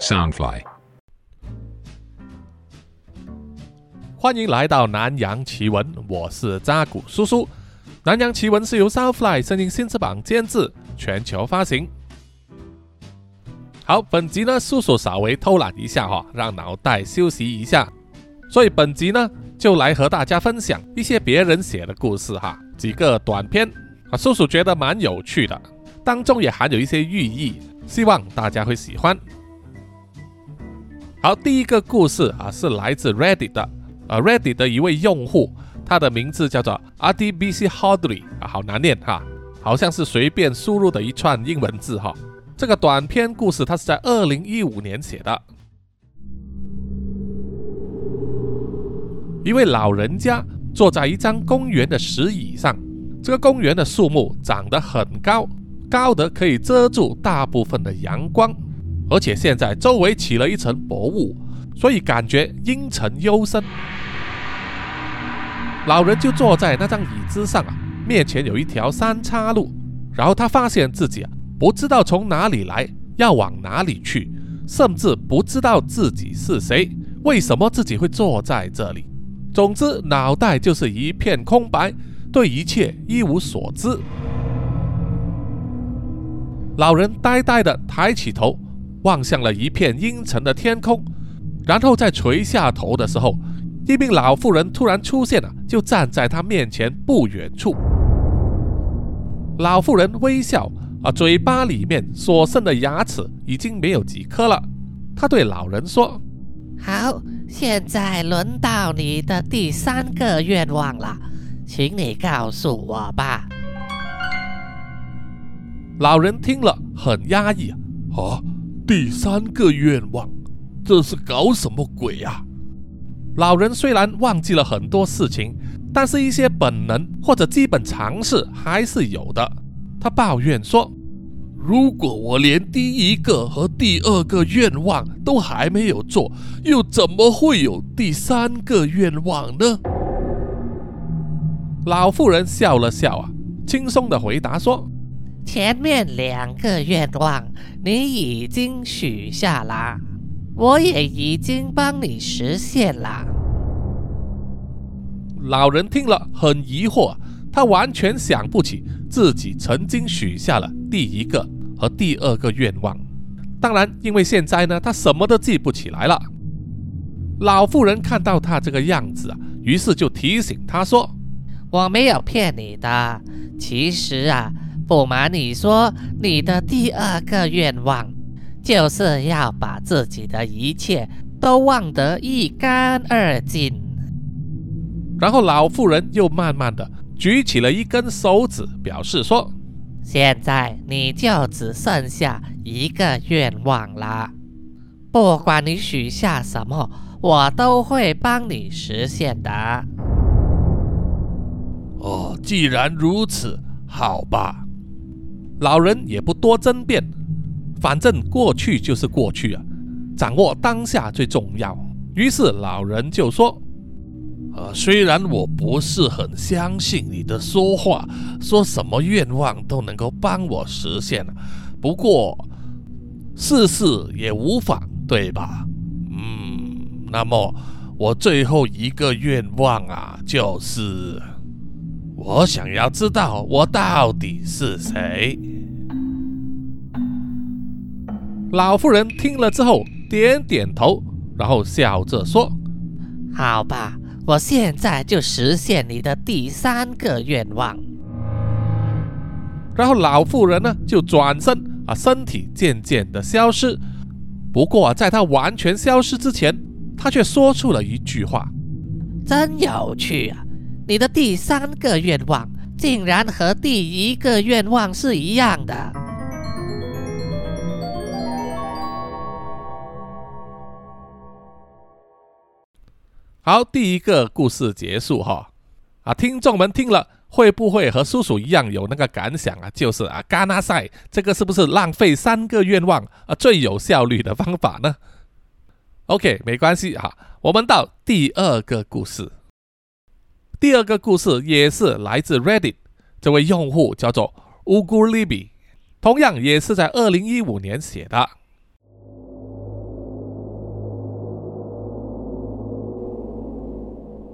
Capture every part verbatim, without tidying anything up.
Soundfly。 欢迎来到南洋奇闻，我是扎古叔叔。南洋奇闻是由 Soundfly 声音新翅膀监制，全球发行。好，本集呢，叔叔稍微偷懒一下哈，让脑袋休息一下，所以本集呢，就来和大家分享一些别人写的故事哈，几个短篇啊，叔叔觉得蛮有趣的，当中也含有一些寓意，希望大家会喜欢。好，第一个故事啊，是来自 Reddit 的。呃 Reddit 的一位用户，他的名字叫做 R D B C Hodley 啊，好难念哈，好像是随便输入的一串英文字哈。这个短篇故事他是在二零一五年写的。一位老人家坐在一张公园的石椅上，这个公园的树木长得很高，高的可以遮住大部分的阳光，而且现在周围起了一层薄雾，所以感觉阴沉幽深。老人就坐在那张椅子上啊，面前有一条三岔路，然后他发现自己啊不知道从哪里来，要往哪里去，甚至不知道自己是谁，为什么自己会坐在这里。总之，脑袋就是一片空白，对一切一无所知。老人呆呆地抬起头，望向了一片阴沉的天空，然后在垂下头的时候，一名老妇人突然出现了，就站在他面前不远处。老妇人微笑啊，嘴巴里面所剩的牙齿已经没有几颗了。她对老人说： 好，现在轮到你的第三个愿望了，请你告诉我吧。 老人听了很压抑啊，啊，第三个愿望，这是搞什么鬼啊？老人虽然忘记了很多事情，但是一些本能或者基本常识还是有的。他抱怨说：如果我连第一个和第二个愿望都还没有做，又怎么会有第三个愿望呢？老妇人笑了笑啊，轻松地回答说： 前面两个愿望你已经许下了，我也已经帮你实现了。 老人听了很疑惑，他完全想不起自己曾经许下了第一个和第二个愿望。当然，因为现在呢，他什么都记不起来了。老妇人看到他这个样子啊，于是就提醒他说： 我没有骗你的，其实啊，不瞒你说，你的第二个愿望就是要把自己的一切都忘得一干二净。 然后老妇人又慢慢的举起了一根手指，表示说： 现在你就只剩下一个愿望了，不管你许下什么，我都会帮你实现的。 哦，既然如此，好吧。老人也不多争辩，反正过去就是过去啊，掌握当下最重要。于是老人就说：呃，虽然我不是很相信你的说话，说什么愿望都能够帮我实现，不过试试也无妨，对吧？嗯，那么我最后一个愿望啊，就是我想要知道我到底是谁。老妇人听了之后点点头，然后笑着说： 好吧，我现在就实现你的第三个愿望。 然后老妇人呢就转身啊，身体渐渐的消失。不过、啊、在她完全消失之前，她却说出了一句话： 真有趣啊，你的第三个愿望竟然和第一个愿望是一样的。 好，第一个故事结束哈。啊，听众们听了会不会和叔叔一样有那个感想啊？就是啊，嘎纳赛这个是不是浪费三个愿望啊最有效率的方法呢 ？OK， 没关系哈，我们到第二个故事。第二个故事也是来自 Reddit， 这位用户叫做 Ugurlibi， 同样也是在二零一五年写的。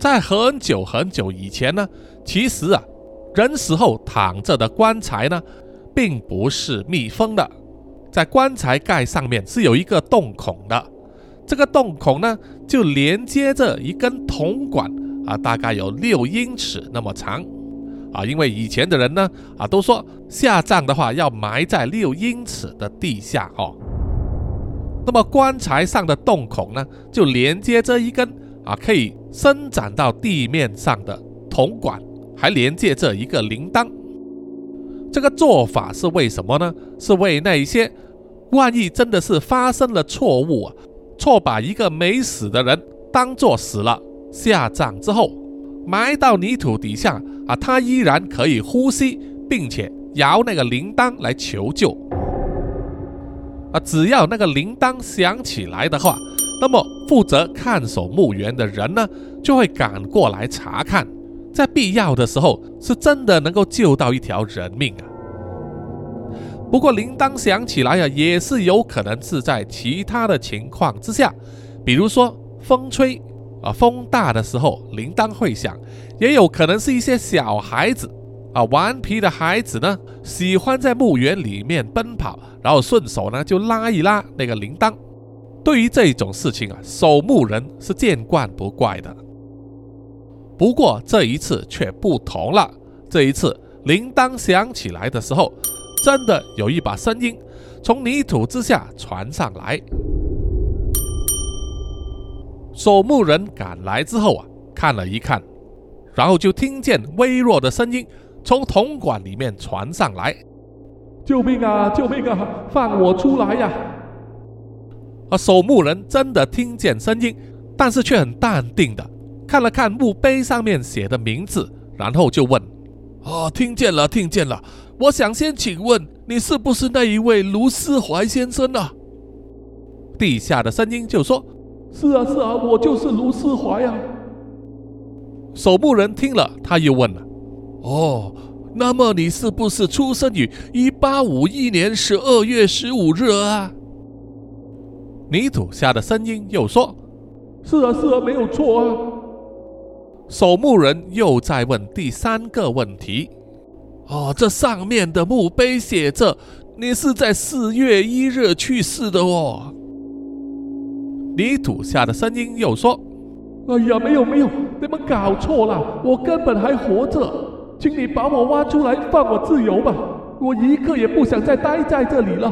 在很久很久以前呢，其实啊，人死后躺着的棺材呢，并不是密封的，在棺材盖上面是有一个洞孔的，这个洞孔呢，就连接着一根铜管啊，大概有六英尺那么长啊，因为以前的人呢啊，都说下葬的话要埋在六英尺的地下哦。那么棺材上的洞孔呢，就连接着一根啊可以伸展到地面上的铜管，还连接着一个铃铛。这个做法是为什么呢？是为那一些万一真的是发生了错误啊，错把一个没死的人当作死了，下葬之后埋到泥土底下啊，他依然可以呼吸，并且摇那个铃铛来求救啊。只要那个铃铛响起来的话，那么负责看守墓园的人呢，就会赶过来查看，在必要的时候是真的能够救到一条人命啊。不过铃铛响起来啊，也是有可能是在其他的情况之下，比如说风吹啊，风大的时候铃铛会响，也有可能是一些小孩子啊，顽皮的孩子呢，喜欢在墓园里面奔跑，然后顺手呢就拉一拉那个铃铛。对于这种事情啊，守墓人是见惯不怪的。不过这一次却不同了，这一次铃铛响起来的时候，真的有一把声音从泥土之下传上来。守墓人赶来之后啊，看了一看，然后就听见微弱的声音从铜管里面传上来：救命啊！救命啊！放我出来呀！啊，守墓人真的听见声音，但是却很淡定的看了看墓碑上面写的名字，然后就问：哦，听见了，听见了。我想先请问，你是不是那一位卢思怀先生啊？地下的声音就说：是啊，是啊，我就是卢思怀啊。守墓人听了，他又问了：哦，那么你是不是出生于一八五一年十二月十五日啊？泥土下的声音又说：是啊，是啊，没有错啊。守墓人又再问第三个问题：哦，这上面的墓碑写着你是在四月一日去世的哦。泥土下的声音又说：哎呀，没有没有，你们搞错了，我根本还活着，请你把我挖出来，放我自由吧，我一刻也不想再待在这里了。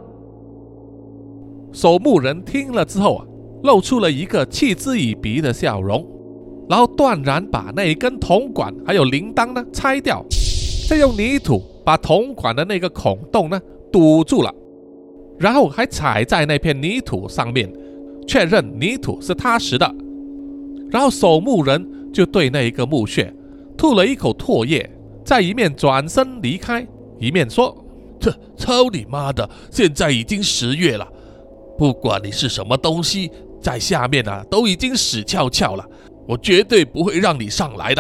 守墓人听了之后啊，露出了一个嗤之以鼻的笑容，然后断然把那一根铜管还有铃铛呢拆掉，再用泥土把铜管的那个孔洞呢堵住了，然后还踩在那片泥土上面，确认泥土是踏实的。然后守墓人就对那一个墓穴吐了一口唾液，再一面转身离开，一面说：这操你妈的，现在已经十月了，不管你是什么东西，在下面啊都已经死翘翘了，我绝对不会让你上来的。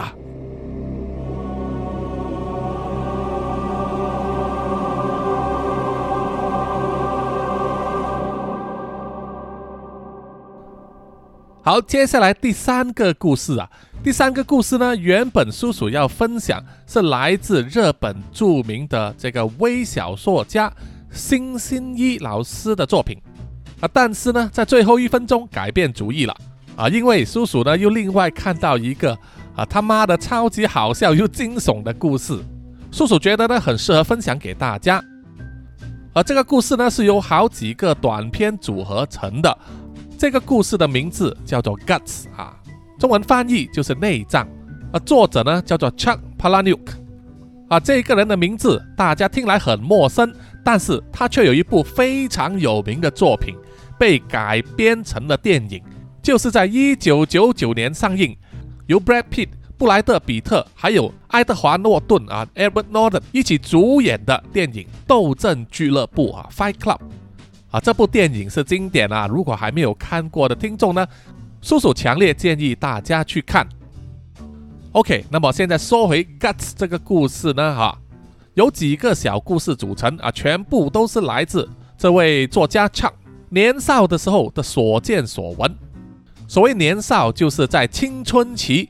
好，接下来第三个故事啊，第三个故事呢，原本叔叔要分享是来自日本著名的这个微小说家新新一老师的作品啊，但是呢，在最后一分钟改变主意了啊，因为叔叔呢又另外看到一个啊他妈的超级好笑又惊悚的故事，叔叔觉得呢很适合分享给大家。而这个故事呢是由好几个短篇组合成的。这个故事的名字叫做 Guts 啊，中文翻译就是内脏啊。作者呢叫做 Chuck Palahniuk 啊，这个人的名字大家听来很陌生，但是他却有一部非常有名的作品被改编成了电影，就是在一九九九年上映，由 Brad Pitt、布莱德·比特还有爱德华·诺顿啊 Edward Norton 一起主演的电影《斗阵俱乐部》啊 Fight Club。啊，这部电影是经典啊！如果还没有看过的听众呢，叔叔强烈建议大家去看。OK， 那么现在说回 Guts 这个故事呢，哈、啊，有几个小故事组成啊，全部都是来自这位作家 Chuck 年少的时候的所见所闻。所谓年少，就是在青春期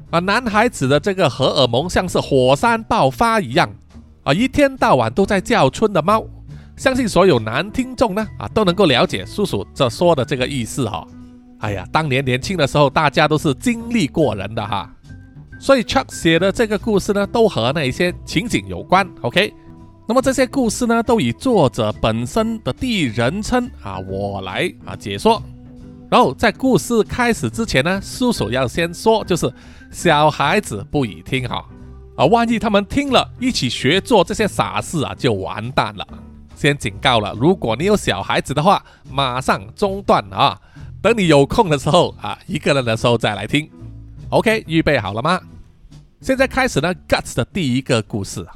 啊，男孩子的这个荷尔蒙像是火山爆发一样啊，一天到晚都在叫春的猫。相信所有男听众呢啊都能够了解叔叔这说的这个意思哈。哎呀，当年年轻的时候，大家都是经历过人的哈，所以 Chuck 写的这个故事呢，都和那一些情景有关。OK， 那么这些故事呢，都以作者本身的第一人称啊我来啊解说。然后在故事开始之前呢，叔叔要先说，就是小孩子不宜听哈啊，万一他们听了一起学做这些傻事啊，就完蛋了。先警告了，如果你有小孩子的话，马上中断啊，等你有空的时候啊，一个人的时候再来听。OK， 预备好了吗？现在开始呢 Guts 的第一个故事。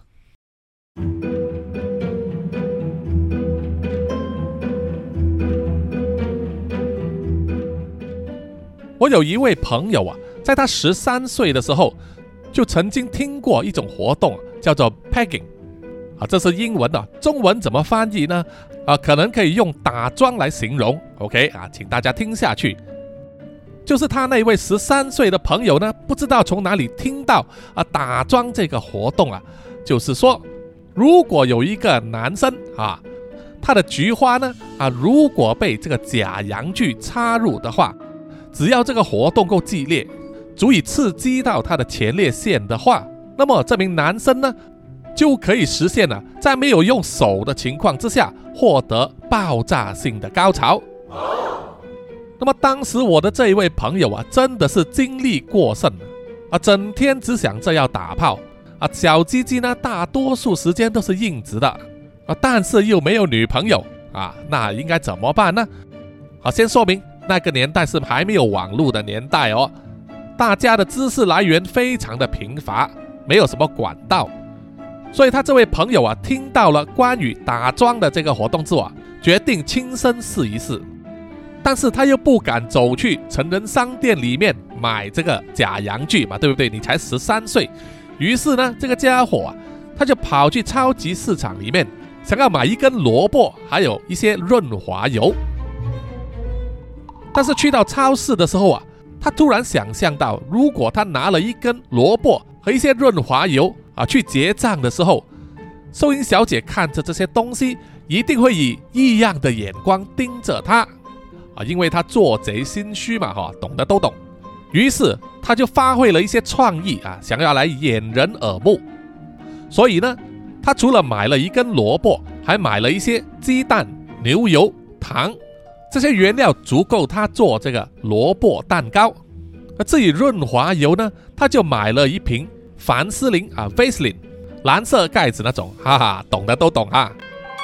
我有一位朋友啊，在他十三岁的时候，就曾经听过一种活动，叫做 pegging。啊，这是英文的，中文怎么翻译呢？啊，可能可以用打桩来形容。OK 啊，请大家听下去。就是他那位十三岁的朋友呢，不知道从哪里听到啊打桩这个活动啊，就是说，如果有一个男生啊，他的菊花呢啊，如果被这个假阳具插入的话，只要这个活动够激烈，足以刺激到他的前列腺的话，那么这名男生呢，就可以实现了在没有用手的情况之下获得爆炸性的高潮。那么当时我的这一位朋友啊，真的是精力过剩啊，整天只想着要打炮啊，小鸡鸡呢大多数时间都是硬直的啊，但是又没有女朋友啊，那应该怎么办呢？好，先说明那个年代是还没有网络的年代哦，大家的知识来源非常的贫乏，没有什么管道。所以他这位朋友啊，听到了关于打桩的这个活动之后啊，决定亲身试一试。但是他又不敢走去成人商店里面买这个假阳具嘛，对不对？你才十三岁。于是呢，这个家伙啊，他就跑去超级市场里面，想要买一根萝卜，还有一些润滑油。但是去到超市的时候啊，他突然想象到，如果他拿了一根萝卜和一些润滑油啊，去结账的时候，收银小姐看着这些东西，一定会以异样的眼光盯着他啊，因为他做贼心虚嘛，哈，懂的都懂。于是他就发挥了一些创意啊，想要来掩人耳目。所以呢，他除了买了一根萝卜，还买了一些鸡蛋、牛油、糖，这些原料足够他做这个萝卜蛋糕。至于润滑油呢，他就买了一瓶凡士林啊 Vaseline 蓝色盖子那种，哈哈，懂的都懂啊。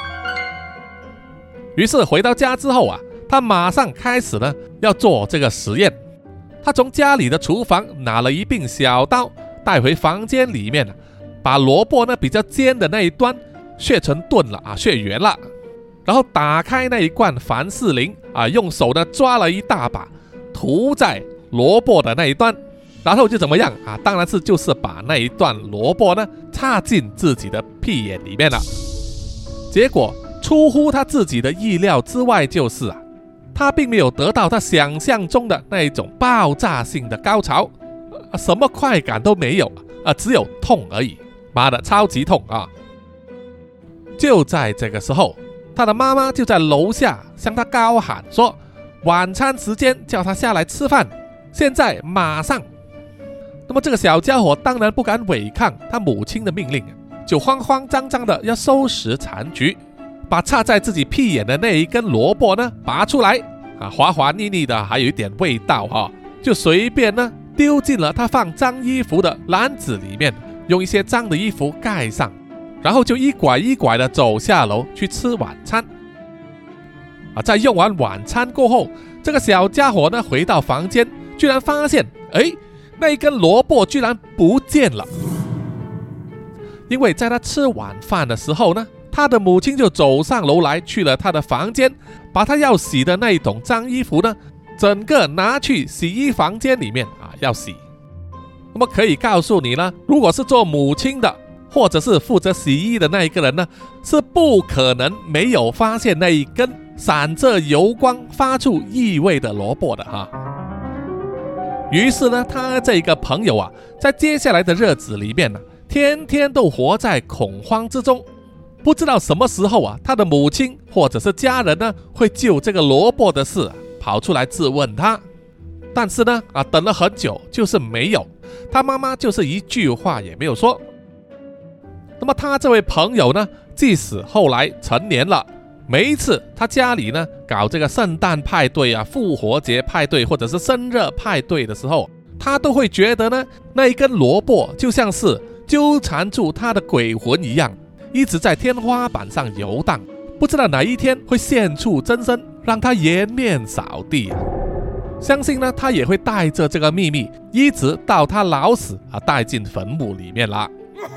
于是回到家之后啊，他马上开始呢要做这个实验。他从家里的厨房拿了一柄小刀，带回房间里面，把萝卜呢比较尖的那一端削成钝了啊，削圆了，然后打开那一罐凡士林啊，用手呢抓了一大把，涂在萝卜的那一端，然后就怎么样啊？当然是就是把那一段萝卜呢插进自己的屁眼里面了。结果出乎他自己的意料之外，就是啊，他并没有得到他想象中的那一种爆炸性的高潮，啊、什么快感都没有啊，只有痛而已，妈的，超级痛啊！就在这个时候，他的妈妈就在楼下向他高喊说：“晚餐时间，叫他下来吃饭，现在马上！”那么这个小家伙当然不敢违抗他母亲的命令，就慌慌张张的要收拾残局，把插在自己屁眼的那一根萝卜呢拔出来啊，滑滑腻腻的，还有一点味道哈、哦，就随便呢丢进了他放脏衣服的篮子里面，用一些脏的衣服盖上，然后就一拐一拐的走下楼去吃晚餐。啊，在用完晚餐过后，这个小家伙呢回到房间，居然发现，哎，那一根萝卜居然不见了。因为在他吃晚饭的时候呢，他的母亲就走上楼来，去了他的房间，把他要洗的那一桶脏衣服呢，整个拿去洗衣房间里面啊，要洗。那么可以告诉你呢，如果是做母亲的，或者是负责洗衣的那一个人呢，是不可能没有发现那一根闪着油光、发出异味的萝卜的哈。 于是呢，他这个朋友啊，在接下来的日子里面呢、啊，天天都活在恐慌之中，不知道什么时候啊，他的母亲或者是家人呢，会就这个萝卜的事、啊、跑出来质问他。但是呢，啊，等了很久就是没有，他妈妈就是一句话也没有说。那么他这位朋友呢，即使后来成年了，每一次他家里呢搞这个圣诞派对啊、复活节派对或者是生日派对的时候，他都会觉得呢，那一根萝卜就像是纠缠住他的鬼魂一样，一直在天花板上游荡，不知道哪一天会现出真身，让他颜面扫地啊。相信呢，他也会带着这个秘密，一直到他老死啊，带进坟墓里面啦。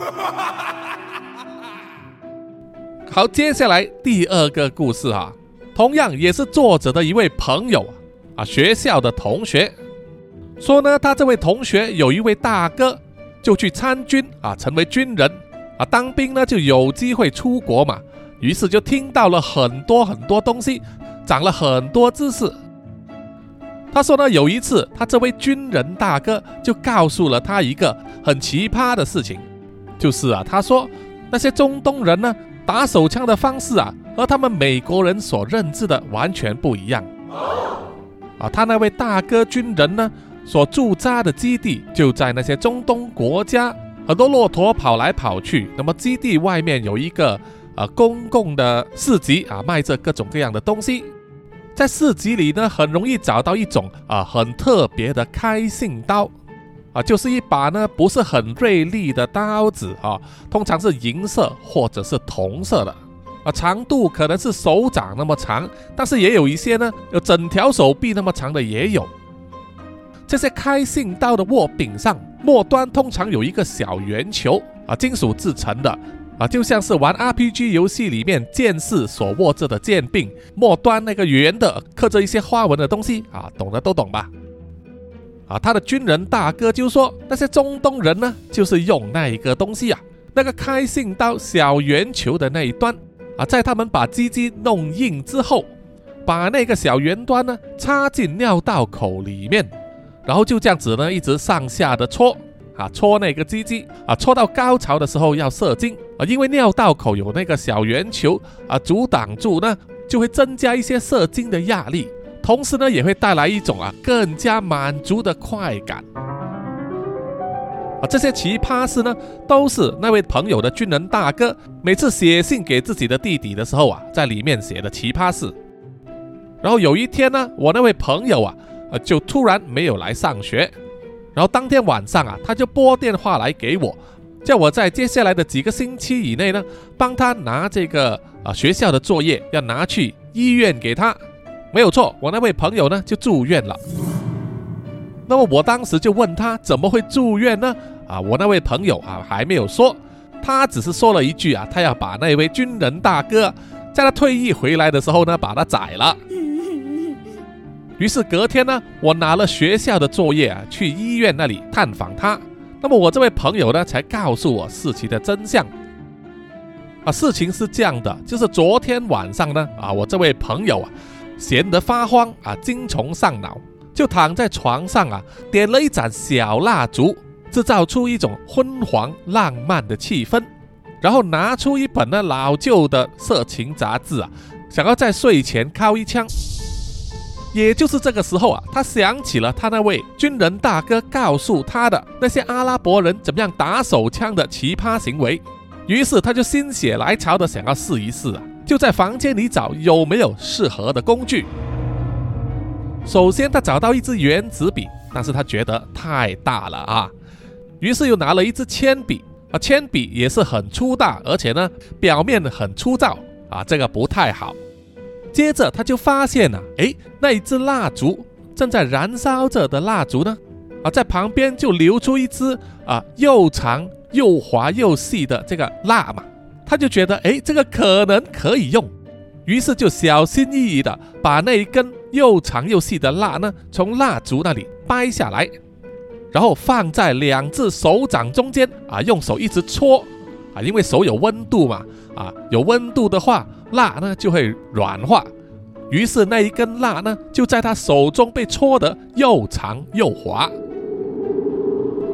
好，接下来第二个故事啊，同样也是作者的一位朋友啊，学校的同学说呢，他这位同学有一位大哥就去参军啊，成为军人啊，当兵呢就有机会出国嘛，于是就听到了很多很多东西，长了很多知识。他说呢，有一次他这位军人大哥就告诉了他一个很奇葩的事情，就是啊，他说那些中东人呢，打手枪的方式啊，和他们美国人所认知的完全不一样。啊，他那位大哥军人呢，所驻扎的基地就在那些中东国家，很多骆驼跑来跑去。那么基地外面有一个呃公共的市集啊，卖着各种各样的东西。在市集里呢，很容易找到一种啊很特别的开信刀。啊，就是一把呢不是很锐利的刀子啊，通常是银色或者是铜色的啊，长度可能是手掌那么长，但是也有一些呢有整条手臂那么长的也有。这些开信刀的握柄上末端通常有一个小圆球啊，金属制成的啊，就像是玩 R P G 游戏里面剑士所握着的剑柄，末端那个圆的刻着一些花纹的东西啊，懂的都懂吧。啊，他的军人大哥就说，那些中东人呢，就是用那一个东西啊，那个开信刀小圆球的那一端啊，在他们把鸡鸡弄硬之后，把那个小圆端呢插进尿道口里面，然后就这样子呢一直上下的戳啊，戳那个鸡鸡啊，戳到高潮的时候要射精啊，因为尿道口有那个小圆球啊阻挡住呢，就会增加一些射精的压力。同时呢，也会带来一种啊更加满足的快感啊！这些奇葩事呢，都是那位朋友的军人大哥每次写信给自己的弟弟的时候啊，在里面写的奇葩事。然后有一天呢，我那位朋友啊，呃，就突然没有来上学，然后当天晚上啊，他就拨电话来给我，叫我在接下来的几个星期以内呢，帮他拿这个啊学校的作业，要拿去医院给他。没有错，我那位朋友呢就住院了。那么我当时就问他怎么会住院呢？啊，我那位朋友啊还没有说，他只是说了一句啊，他要把那位军人大哥在他退役回来的时候呢，把他宰了。于是隔天呢，我拿了学校的作业啊，去医院那里探访他。那么我这位朋友呢，才告诉我事情的真相。啊，事情是这样的，就是昨天晚上呢，啊，我这位朋友啊。闲得发慌啊，精虫上脑，就躺在床上啊，点了一盏小蜡烛，制造出一种昏黄浪漫的气氛，然后拿出一本呢老旧的色情杂志啊，想要在睡前敲一枪。也就是这个时候啊，他想起了他那位军人大哥告诉他的那些阿拉伯人怎么样打手枪的奇葩行为，于是他就心血来潮的想要试一试啊。就在房间里找有没有适合的工具。首先他找到一支原子笔，但是他觉得太大了啊，于是又拿了一支铅笔啊，铅笔也是很粗大，而且呢表面很粗糙啊，这个不太好。接着他就发现了，诶，那一支蜡烛正在燃烧着的蜡烛呢，啊，在旁边就流出一支啊又长又滑又细的这个蜡嘛。他就觉得诶，这个可能可以用，于是就小心翼翼的把那一根又长又细的蜡呢从蜡烛那里掰下来，然后放在两只手掌中间啊，用手一直搓啊，因为手有温度嘛啊，有温度的话蜡呢就会软化，于是那一根蜡呢就在他手中被搓得又长又滑。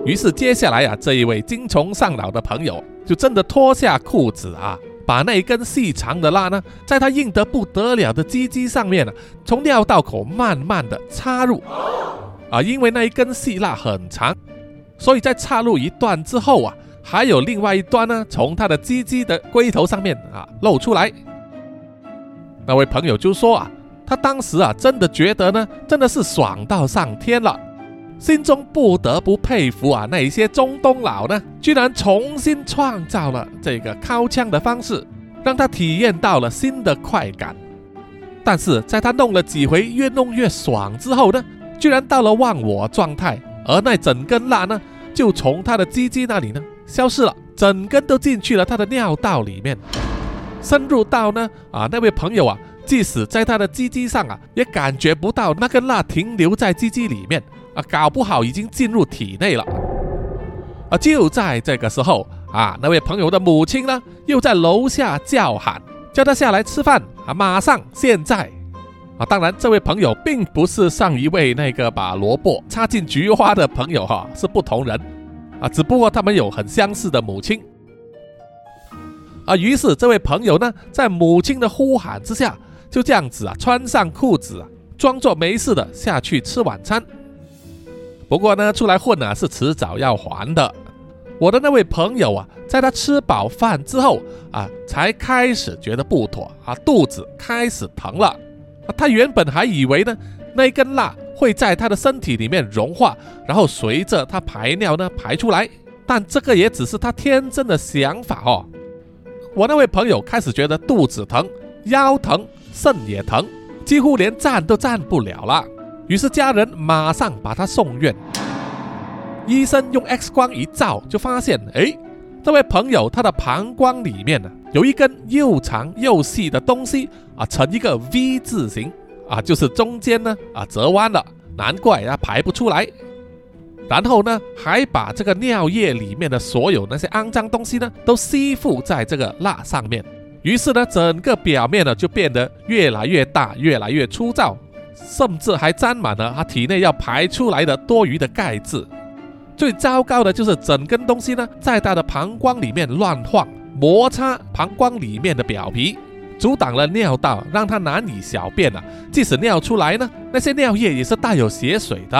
于是接下来啊，这一位精虫上脑的朋友就真的脱下裤子啊，把那一根细长的蜡呢，在他硬得不得了的鸡鸡上面啊，从尿道口慢慢的插入啊，因为那一根细蜡很长，所以在插入一段之后啊，还有另外一端呢，从他的鸡鸡的龟头上面啊露出来。那位朋友就说啊，他当时啊真的觉得呢，真的是爽到上天了。心中不得不佩服啊，那一些中东佬呢，居然重新创造了这个靠枪的方式，让他体验到了新的快感。但是在他弄了几回越弄越爽之后呢，居然到了忘我状态，而那整根蜡呢，就从他的鸡鸡那里呢消失了，整根都进去了他的尿道里面，深入到呢啊那位朋友啊，即使在他的鸡鸡上啊，也感觉不到那根蜡停留在鸡鸡里面。啊，搞不好已经进入体内了。啊，就在这个时候啊，那位朋友的母亲呢，又在楼下叫喊，叫他下来吃饭啊，马上，现在。啊，当然，这位朋友并不是上一位那个把萝卜插进菊花的朋友哈，是不同人。啊，只不过他们有很相似的母亲。啊，于是这位朋友呢，在母亲的呼喊之下，就这样子啊，穿上裤子啊，装作没事的下去吃晚餐。不过呢，出来混啊是迟早要还的。我的那位朋友啊，在他吃饱饭之后啊，才开始觉得不妥啊，肚子开始疼了。啊，他原本还以为呢，那根蜡会在他的身体里面融化，然后随着他排尿呢排出来，但这个也只是他天真的想法哦。我那位朋友开始觉得肚子疼、腰疼、肾也疼，几乎连站都站不了了。于是家人马上把他送院，医生用 X 光一照，就发现，诶，这位朋友他的膀胱里面呢，有一根又长又细的东西啊，呈一个 V 字形啊，就是中间呢啊折弯了，难怪他排不出来。然后呢，还把这个尿液里面的所有那些肮脏东西呢，都吸附在这个蜡上面。于是呢，整个表面呢就变得越来越大，越来越粗糙。甚至还沾满了他体内要排出来的多余的钙质。最糟糕的就是整根东西呢，在他的膀胱里面乱晃，摩擦膀胱里面的表皮，阻挡了尿道，让他难以小便啊。即使尿出来呢，那些尿液也是带有血水的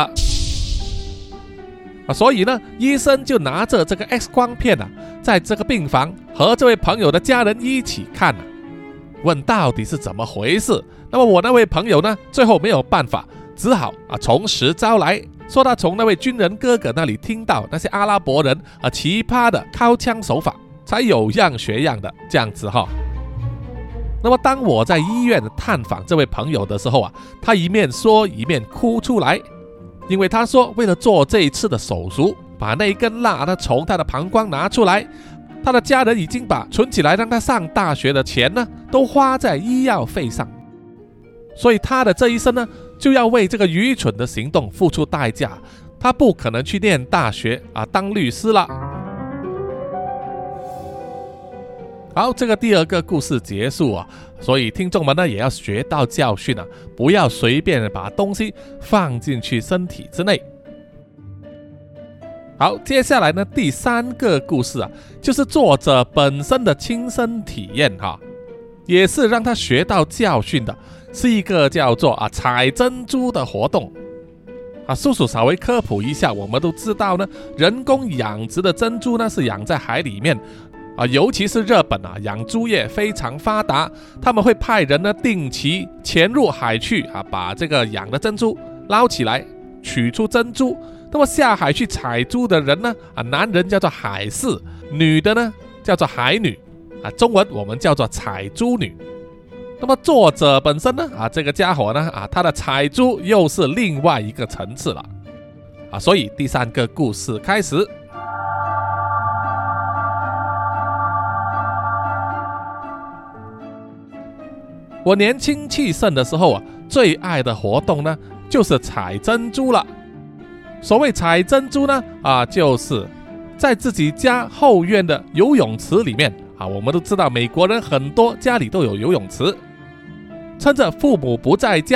啊。所以呢，医生就拿着这个 X 光片啊，在这个病房和这位朋友的家人一起看啊，问到底是怎么回事。那么我那位朋友呢，最后没有办法，只好啊从实招来，说他从那位军人哥哥那里听到那些阿拉伯人啊奇葩的靠枪手法，才有样学样的这样子哈。那么当我在医院探访这位朋友的时候啊，他一面说一面哭出来，因为他说为了做这一次的手术，把那一根蜡呢从他的膀胱拿出来，他的家人已经把存起来让他上大学的钱呢都花在医药费上，所以他的这一生呢就要为这个愚蠢的行动付出代价，他不可能去念大学啊当律师了。好，这个第二个故事结束啊，所以听众们呢也要学到教训啊，不要随便把东西放进去身体之内。好，接下来呢第三个故事啊，就是作者本身的亲身体验哈，也是让他学到教训的，是一个叫做啊采珍珠的活动啊。叔叔稍微科普一下，我们都知道呢，人工养殖的珍珠呢是养在海里面啊，尤其是日本啊，养猪业非常发达，他们会派人呢定期潜入海去啊，把这个养的珍珠捞起来，取出珍珠。那么下海去采珠的人呢啊，男人叫做海士，女的呢叫做海女啊，中文我们叫做采珠女。那么作者本身呢啊，这个家伙呢啊，他的采珠又是另外一个层次了啊，所以第三个故事开始。我年轻气盛的时候啊，最爱的活动呢就是采珍珠了。所谓采珍珠呢啊，就是在自己家后院的游泳池里面啊，我们都知道美国人很多家里都有游泳池，趁着父母不在家，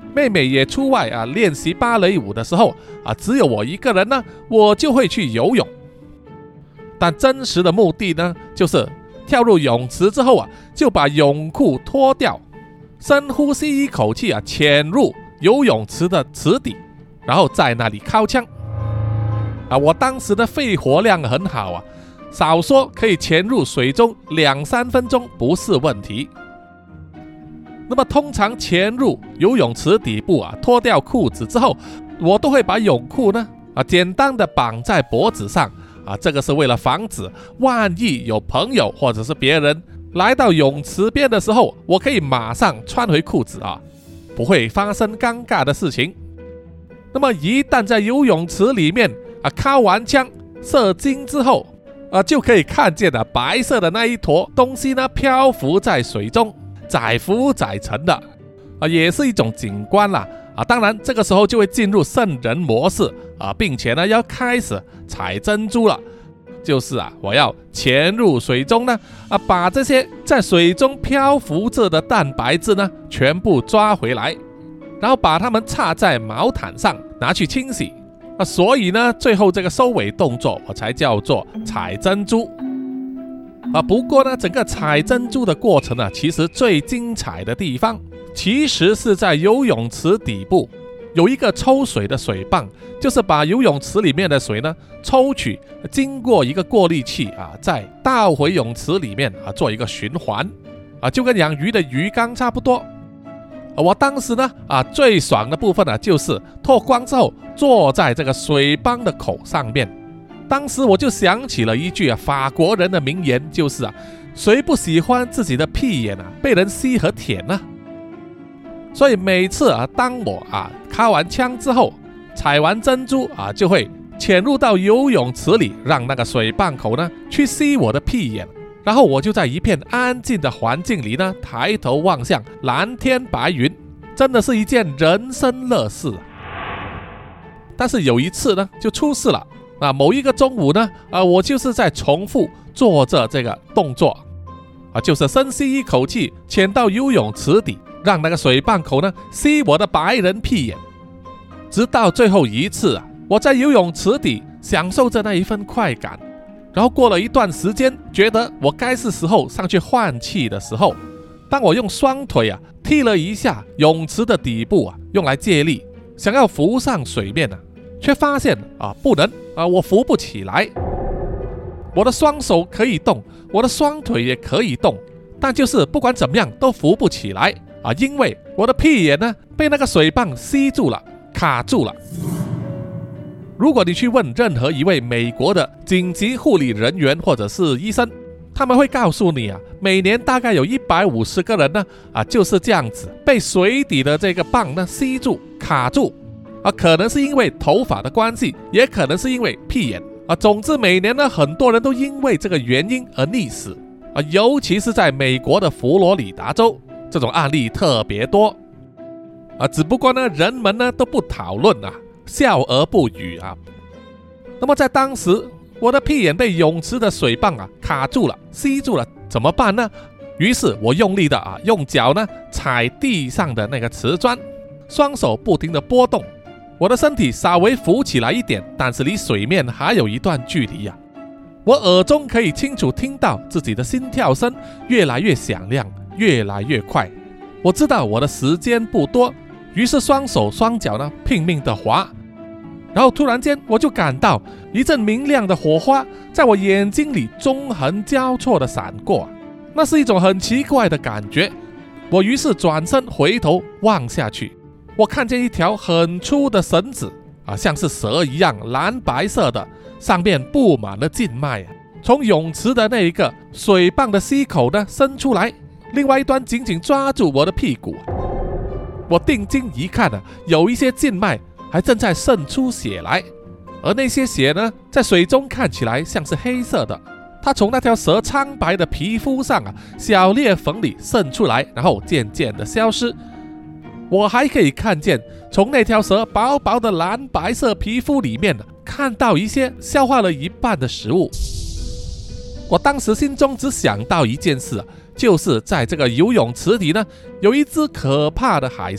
妹妹也出外啊练习芭蕾舞的时候啊，只有我一个人呢，我就会去游泳。但真实的目的呢，就是跳入泳池之后啊，就把泳裤脱掉，深呼吸一口气啊，潜入游泳池的池底，然后在那里靠枪。啊，我当时的肺活量很好啊，少说可以潜入水中两三分钟不是问题。那么通常潜入游泳池底部啊，脱掉裤子之后，我都会把泳裤呢啊简单的绑在脖子上啊，这个是为了防止万一有朋友或者是别人来到泳池边的时候，我可以马上穿回裤子啊，不会发生尴尬的事情。那么一旦在游泳池里面啊靠完枪射精之后啊，就可以看见的白色的那一坨东西呢漂浮在水中，载浮载沉的啊，也是一种景观啦啊。当然这个时候就会进入圣人模式啊，并且呢要开始采珍珠了，就是啊我要潜入水中呢啊，把这些在水中漂浮着的蛋白质呢全部抓回来，然后把它们插在毛毯上拿去清洗啊，所以呢最后这个收尾动作我才叫做采珍珠啊。不过呢整个采珍珠的过程呢，其实最精彩的地方其实是在游泳池底部有一个抽水的水泵，就是把游泳池里面的水呢抽取，经过一个过滤器啊，再倒回泳池里面啊，做一个循环啊，就跟养鱼的鱼缸差不多。啊、我当时呢啊最爽的部分呢、啊，就是脱光之后坐在这个水泵的口上面。当时我就想起了一句啊法国人的名言，就是啊谁不喜欢自己的屁眼啊被人吸和舔呢？所以每次啊，当我啊开完枪之后，采完珍珠啊，就会潜入到游泳池里，让那个水泵口呢去吸我的屁眼，然后我就在一片安静的环境里呢，抬头望向蓝天白云，真的是一件人生乐事。但是有一次呢，就出事了啊！某一个中午呢，啊，我就是在重复做着这个动作啊，就是深吸一口气，潜到游泳池底，让那个水泵口呢吸我的白人屁眼，直到最后一次啊，我在游泳池底享受着那一份快感。然后过了一段时间，觉得我该是时候上去换气的时候，当我用双腿啊踢了一下泳池的底部啊，用来借力，想要浮上水面啊，却发现啊不能啊，我浮不起来。我的双手可以动，我的双腿也可以动，但就是不管怎么样都浮不起来啊，因为我的屁眼呢被那个水泵吸住了，卡住了。如果你去问任何一位美国的紧急护理人员或者是医生，他们会告诉你啊，每年大概有一百五十个人呢啊就是这样子被水底的这个泵呢吸住卡住啊，可能是因为头发的关系，也可能是因为屁眼啊。总之每年呢很多人都因为这个原因而溺死啊，尤其是在美国的佛罗里达州，这种案例特别多啊。只不过呢人们呢都不讨论啊，笑而不语啊。那么在当时，我的屁眼被泳池的水泵啊卡住了，吸住了，怎么办呢？于是我用力的啊用脚呢踩地上的那个瓷砖，双手不停的波动，我的身体稍微浮起来一点，但是离水面还有一段距离啊。我耳中可以清楚听到自己的心跳声越来越响亮，越来越快。我知道我的时间不多，于是双手双脚呢拼命的滑，然后突然间我就感到一阵明亮的火花在我眼睛里纵横交错的闪过，那是一种很奇怪的感觉。我于是转身回头望下去，我看见一条很粗的绳子啊，像是蛇一样蓝白色的，上面布满了静脉啊，从泳池的那一个水泵的吸口呢伸出来，另外一端紧紧抓住我的屁股。我定睛一看啊，有一些静脉还正在渗出血来，而那些血呢，在水中看起来像是黑色的。它从那条蛇苍白的皮肤上啊，小裂缝里渗出来，然后渐渐的消失。我还可以看见从那条蛇薄薄的蓝白色皮肤里面看到一些消化了一半的食物。我当时心中只想到一件事，就是在这个游泳池底呢，有一只可怕的海蛇，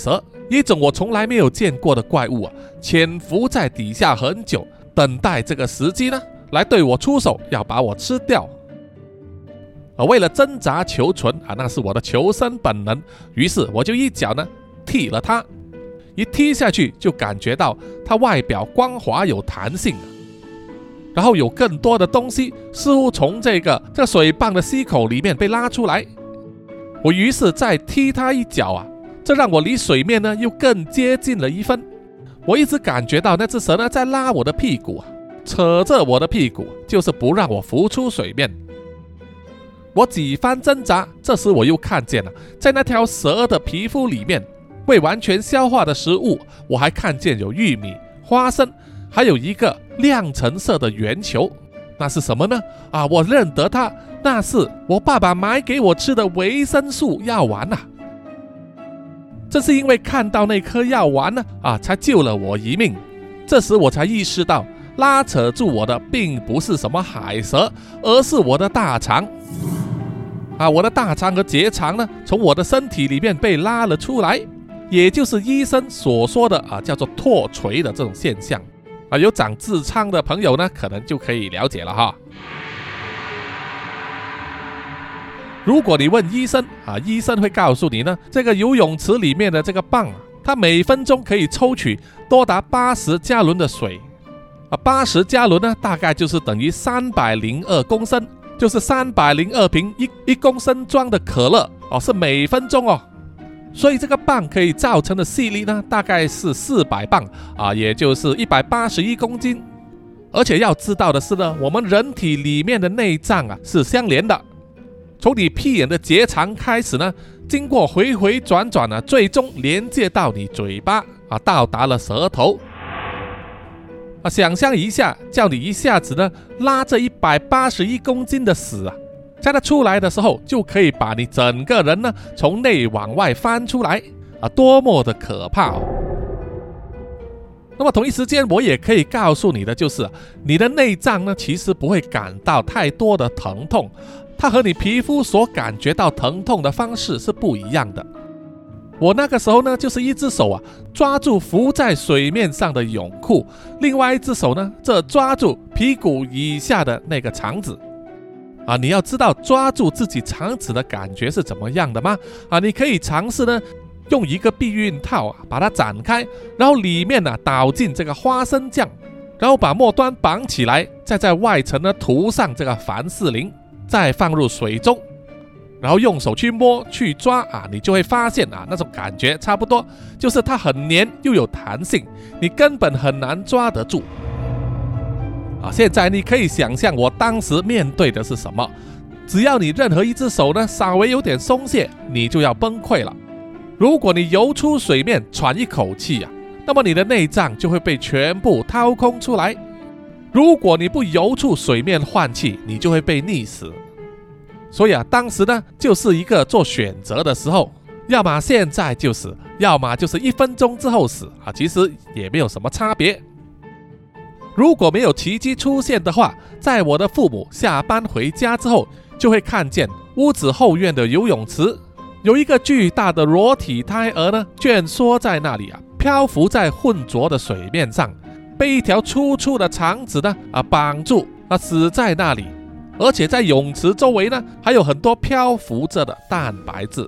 一种我从来没有见过的怪物啊，潜伏在底下很久，等待这个时机呢，来对我出手，要把我吃掉。而为了挣扎求存啊，那是我的求生本能，于是我就一脚呢踢了它，一踢下去就感觉到它外表光滑有弹性，然后有更多的东西似乎从这个这个水蚌的吸口里面被拉出来。我于是再踢它一脚啊，这让我离水面呢又更接近了一分。我一直感觉到那只蛇呢在拉我的屁股，扯着我的屁股，就是不让我浮出水面。我几番挣扎，这时我又看见了，在那条蛇的皮肤里面，未完全消化的食物，我还看见有玉米、花生，还有一个亮橙色的圆球。那是什么呢？啊，我认得它，那是我爸爸买给我吃的维生素药丸啊！正是因为看到那颗药丸呢，啊，才救了我一命。这时我才意识到，拉扯住我的并不是什么海蛇，而是我的大肠。啊，我的大肠和结肠呢，从我的身体里面被拉了出来，也就是医生所说的啊，叫做脱垂的这种现象。啊，有长痔疮的朋友呢，可能就可以了解了哈。如果你问医生啊，医生会告诉你呢，这个游泳池里面的这个蚌啊，它每分钟可以抽取多达八十加仑的水啊，八十加仑呢，大概就是等于三百零二公升，就是三百零二瓶一一公升装的可乐哦，是每分钟哦。所以这个蚌可以造成的吸力呢，大概是四百磅啊，也就是一百八十一公斤。而且要知道的是呢，我们人体里面的内脏啊是相连的，从你屁眼的结肠开始呢，经过回回转转呢，最终连接到你嘴巴啊，到达了舌头。啊，想象一下，叫你一下子呢拉这一百八十一公斤的屎啊，在它出来的时候，就可以把你整个人呢从内往外翻出来啊，多么的可怕哦！那么同一时间，我也可以告诉你的就是，你的内脏呢其实不会感到太多的疼痛，它和你皮肤所感觉到疼痛的方式是不一样的。我那个时候呢，就是一只手啊抓住浮在水面上的泳裤，另外一只手呢，这抓住屁股以下的那个肠子。啊，你要知道抓住自己肠子的感觉是怎么样的吗？啊，你可以尝试呢，用一个避孕套啊把它展开，然后里面呢、啊、倒进这个花生酱，然后把末端绑起来，再在外层呢涂上这个凡士林，再放入水中，然后用手去摸去抓啊，你就会发现啊，那种感觉差不多，就是它很黏又有弹性，你根本很难抓得住。啊，现在你可以想象我当时面对的是什么？只要你任何一只手呢稍微有点松懈，你就要崩溃了。如果你游出水面喘一口气啊，那么你的内脏就会被全部掏空出来。如果你不游出水面换气，你就会被溺死。所以啊，当时呢就是一个做选择的时候，要么现在就死，要么就是一分钟之后死啊，其实也没有什么差别。如果没有奇迹出现的话，在我的父母下班回家之后，就会看见屋子后院的游泳池有一个巨大的裸体胎儿呢，蜷缩在那里啊，漂浮在浑浊的水面上，被一条粗粗的肠子呢啊绑住啊，死在那里。而且在泳池周围呢，还有很多漂浮着的蛋白质。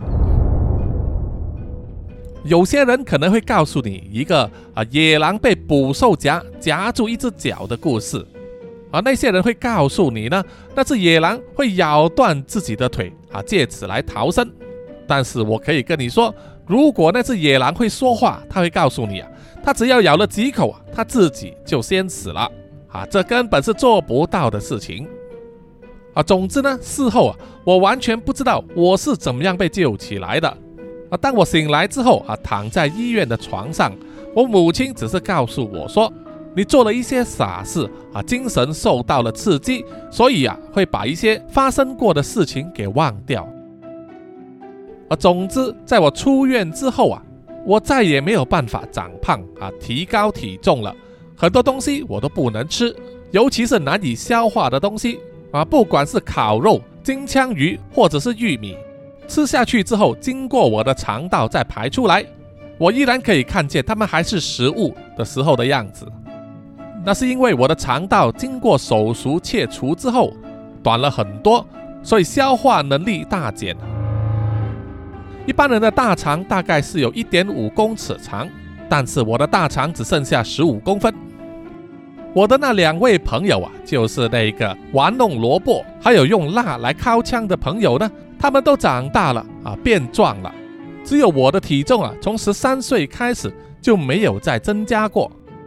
有些人可能会告诉你一个啊野狼被捕兽夹夹住一只脚的故事，而那些人会告诉你呢，那只野狼会咬断自己的腿啊，借此来逃生。但是我可以跟你说，如果那只野狼会说话，他会告诉你啊，他只要咬了几口啊，他自己就先死了啊，这根本是做不到的事情啊。总之呢，事后啊，我完全不知道我是怎么样被救起来的。啊，当我醒来之后啊，躺在医院的床上，我母亲只是告诉我说，你做了一些傻事啊，精神受到了刺激，所以啊，会把一些发生过的事情给忘掉。啊，总之，在我出院之后啊，我再也没有办法长胖啊，提高体重了。很多东西我都不能吃，尤其是难以消化的东西啊，不管是烤肉、金枪鱼或者是玉米。吃下去之后，经过我的肠道再排出来， 我依然可以看见它们还是食物的时候的样子。那是因为我的肠道经过手术切除之后短了很多，所以消化能力大减。一般人的大肠大概是有 一点五公尺长，但是我的大肠只剩下十五公分。我的那两位朋友啊，就是那个玩弄萝卜还有用蜡来烤枪的朋友呢，他们都长大了啊，变壮了。只有我的体重啊，从十三岁开始就没有再增加过。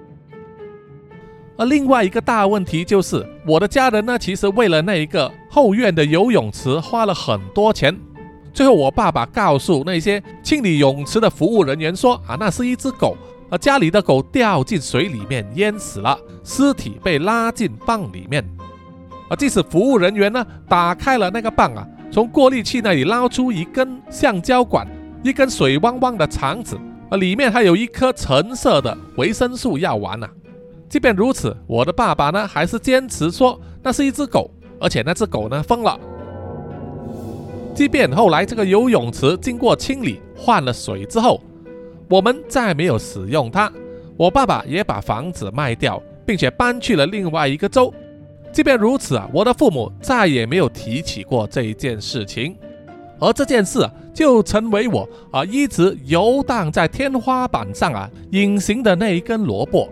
而另外一个大问题就是，我的家人呢，其实为了那一个后院的游泳池花了很多钱。最后我爸爸告诉那些清理泳池的服务人员说啊，那是一只狗，而家里的狗掉进水里面淹死了，尸体被拉进泵里面。而即使服务人员呢打开了那个泵啊，从过滤器那里捞出一根橡胶管，一根水汪汪的肠子，而里面还有一颗橙色的维生素药丸啊。即便如此，我的爸爸呢还是坚持说那是一只狗，而且那只狗呢疯了。即便后来这个游泳池经过清理换了水之后，我们再没有使用它，我爸爸也把房子卖掉，并且搬去了另外一个州。即便如此啊，我的父母再也没有提起过这一件事情，而这件事啊，就成为我啊一直游荡在天花板上啊隐形的那一根萝卜。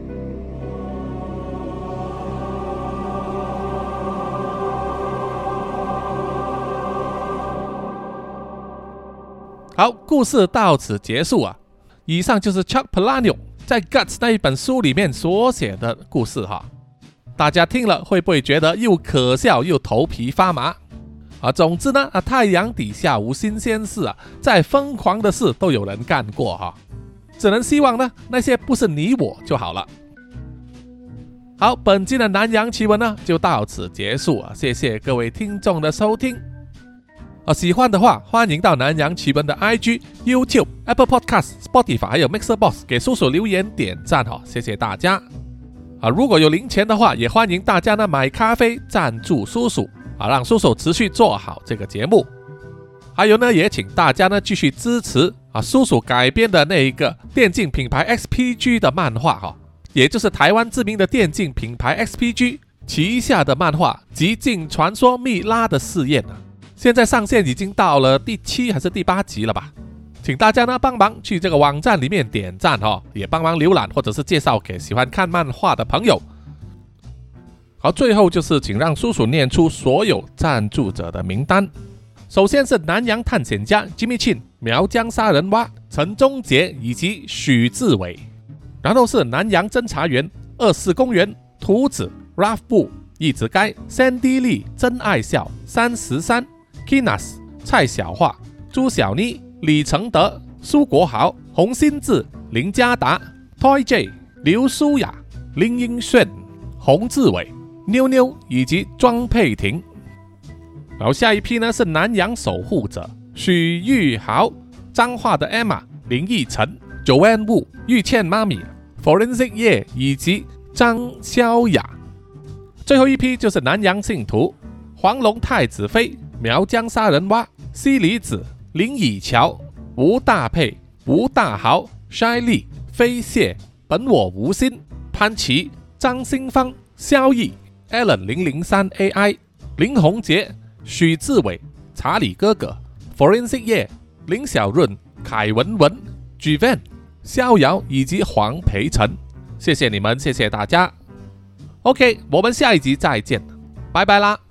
好，故事到此结束啊。以上就是 Chuck Palahniuk 在 Guts 那一本书里面所写的故事哈。大家听了会不会觉得又可笑又头皮发麻啊？总之呢，啊，太阳底下无新鲜事啊，再疯狂的事都有人干过哈。只能希望呢，那些不是你我就好了。好，本期的南洋奇闻呢就到此结束啊，谢谢各位听众的收听。啊，喜欢的话，欢迎到南洋奇闻的 I G、YouTube、Apple Podcast、Spotify 还有 Mixerbox 给叔叔留言点赞哈，谢谢大家。啊，如果有零钱的话，也欢迎大家呢买咖啡赞助叔叔啊，让叔叔持续做好这个节目。还有呢，也请大家呢继续支持啊叔叔改编的那一个电竞品牌 X P G 的漫画哈，也就是台湾知名的电竞品牌 X P G 旗下的漫画《极境传说蜜拉的试验》啊。现在上线已经到了第七还是第八集了吧？请大家呢帮忙去这个网站里面点赞哦，也帮忙浏览或者是介绍给喜欢看漫画的朋友。好，最后就是请让叔叔念出所有赞助者的名单。首先是南洋探险家 Jimmy Chin、苗疆杀人蛙陈忠杰以及许志伟，然后是南洋侦查员二四公园图子 Ralph 布一直该 Sandy Lee 真爱笑三十三Kinas 蔡小桦、朱小妮、李承德、苏国豪、洪新志、林家达、Toy J、刘舒雅、林英炫、洪志伟、妞妞以及庄佩婷。然后下一批呢是南洋守护者许玉豪、彰化的 Emma、林奕晨、Joanne Wu、玉倩妈咪、Forensic 叶以及张萧雅。最后一批就是南洋信徒黄龙太子妃、苗疆杀人蛙、西里子、林以乔、吴大佩、吴大豪、筛利、飞蟹、本我无心、潘琪、张新芳、萧毅、Allen 零零三 A I、林宏杰、许志伟、查理哥哥、Forensic 叶、林小润、凯文文、Gvan、逍遥以及黄培成。谢谢你们，谢谢大家。OK， 我们下一集再见，拜拜啦。